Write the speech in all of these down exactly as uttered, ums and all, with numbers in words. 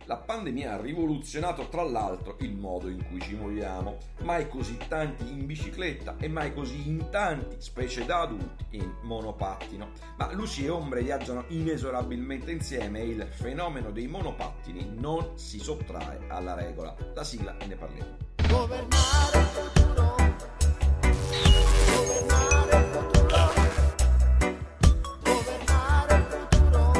La pandemia ha rivoluzionato tra l'altro il modo in cui ci muoviamo, mai così tanti in bicicletta e mai così in tanti, specie da adulti, in monopattino. Ma luci e ombre viaggiano inesorabilmente insieme e il fenomeno dei monopattini non si sottrae alla regola. La sigla e ne parliamo. Governare il futuro. Governare il futuro. Governare il futuro.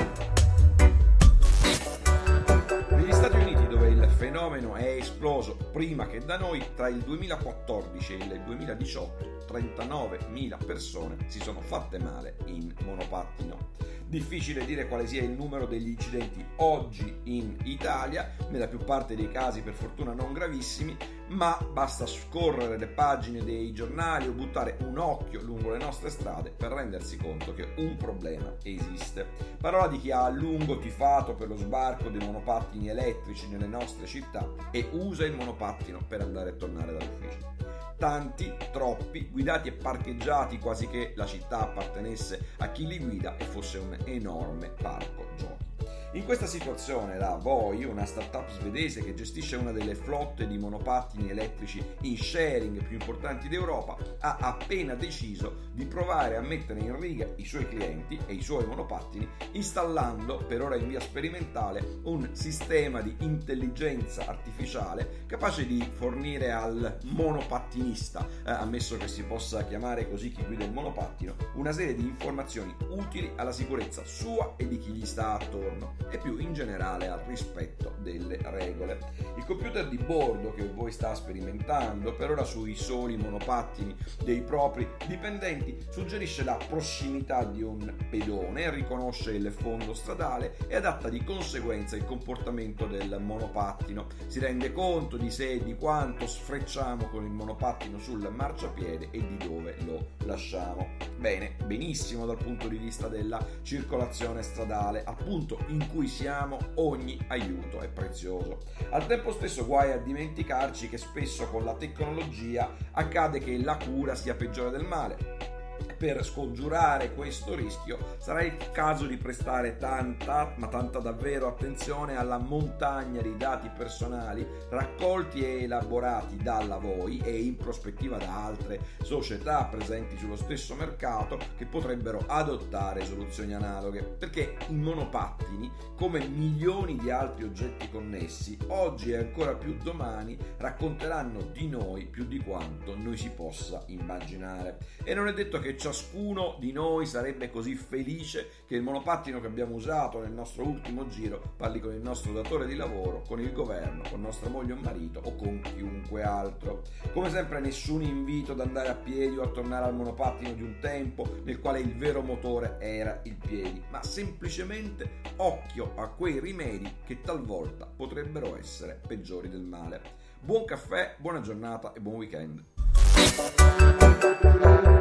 Negli Stati Uniti, dove il fenomeno è esploso prima che da noi, tra il duemilaquattordici e il duemiladiciotto trentanovemila persone si sono fatte male in monopattino. Difficile dire quale sia il numero degli incidenti oggi in Italia, nella più parte dei casi per fortuna non gravissimi, ma basta scorrere le pagine dei giornali o buttare un occhio lungo le nostre strade per rendersi conto che un problema esiste. Parola di chi ha a lungo tifato per lo sbarco dei monopattini elettrici nelle nostre città e usa il monopattino per andare e tornare dall'ufficio. Tanti, troppi, guidati e parcheggiati quasi che la città appartenesse a chi li guida e fosse un enorme parco giochi. In questa situazione la Voi, una startup svedese che gestisce una delle flotte di monopattini elettrici in sharing più importanti d'Europa, ha appena deciso di provare a mettere in riga i suoi clienti e i suoi monopattini installando, per ora in via sperimentale, un sistema di intelligenza artificiale capace di fornire al monopattinista, eh, ammesso che si possa chiamare così chi guida il monopattino, una serie di informazioni utili alla sicurezza sua e di chi gli sta attorno, e più in generale al rispetto delle regole. Il computer di bordo che Voi sta sperimentando, per ora sui soli monopattini dei propri dipendenti, suggerisce la prossimità di un pedone, riconosce il fondo stradale e adatta di conseguenza il comportamento del monopattino. Si rende conto di se e di quanto sfrecciamo con il monopattino sul marciapiede e di dove lo lasciamo. Bene, benissimo dal punto di vista della circolazione stradale, appunto in cui siamo, ogni aiuto è prezioso. Al tempo stesso guai a dimenticarci che spesso con la tecnologia accade che la cura sia peggiore del male. Per scongiurare questo rischio sarà il caso di prestare tanta, ma tanta davvero attenzione alla montagna di dati personali raccolti e elaborati dalla Voi e in prospettiva da altre società presenti sullo stesso mercato che potrebbero adottare soluzioni analoghe, perché i monopattini, come milioni di altri oggetti connessi, oggi e ancora più domani racconteranno di noi più di quanto noi si possa immaginare. E non è detto che ciascuno di noi sarebbe così felice che il monopattino che abbiamo usato nel nostro ultimo giro parli con il nostro datore di lavoro, con il governo, con nostra moglie o marito o con chiunque altro. Come sempre nessun invito ad andare a piedi o a tornare al monopattino di un tempo nel quale il vero motore era il piedi, ma semplicemente occhio a quei rimedi che talvolta potrebbero essere peggiori del male. Buon caffè, buona giornata e buon weekend.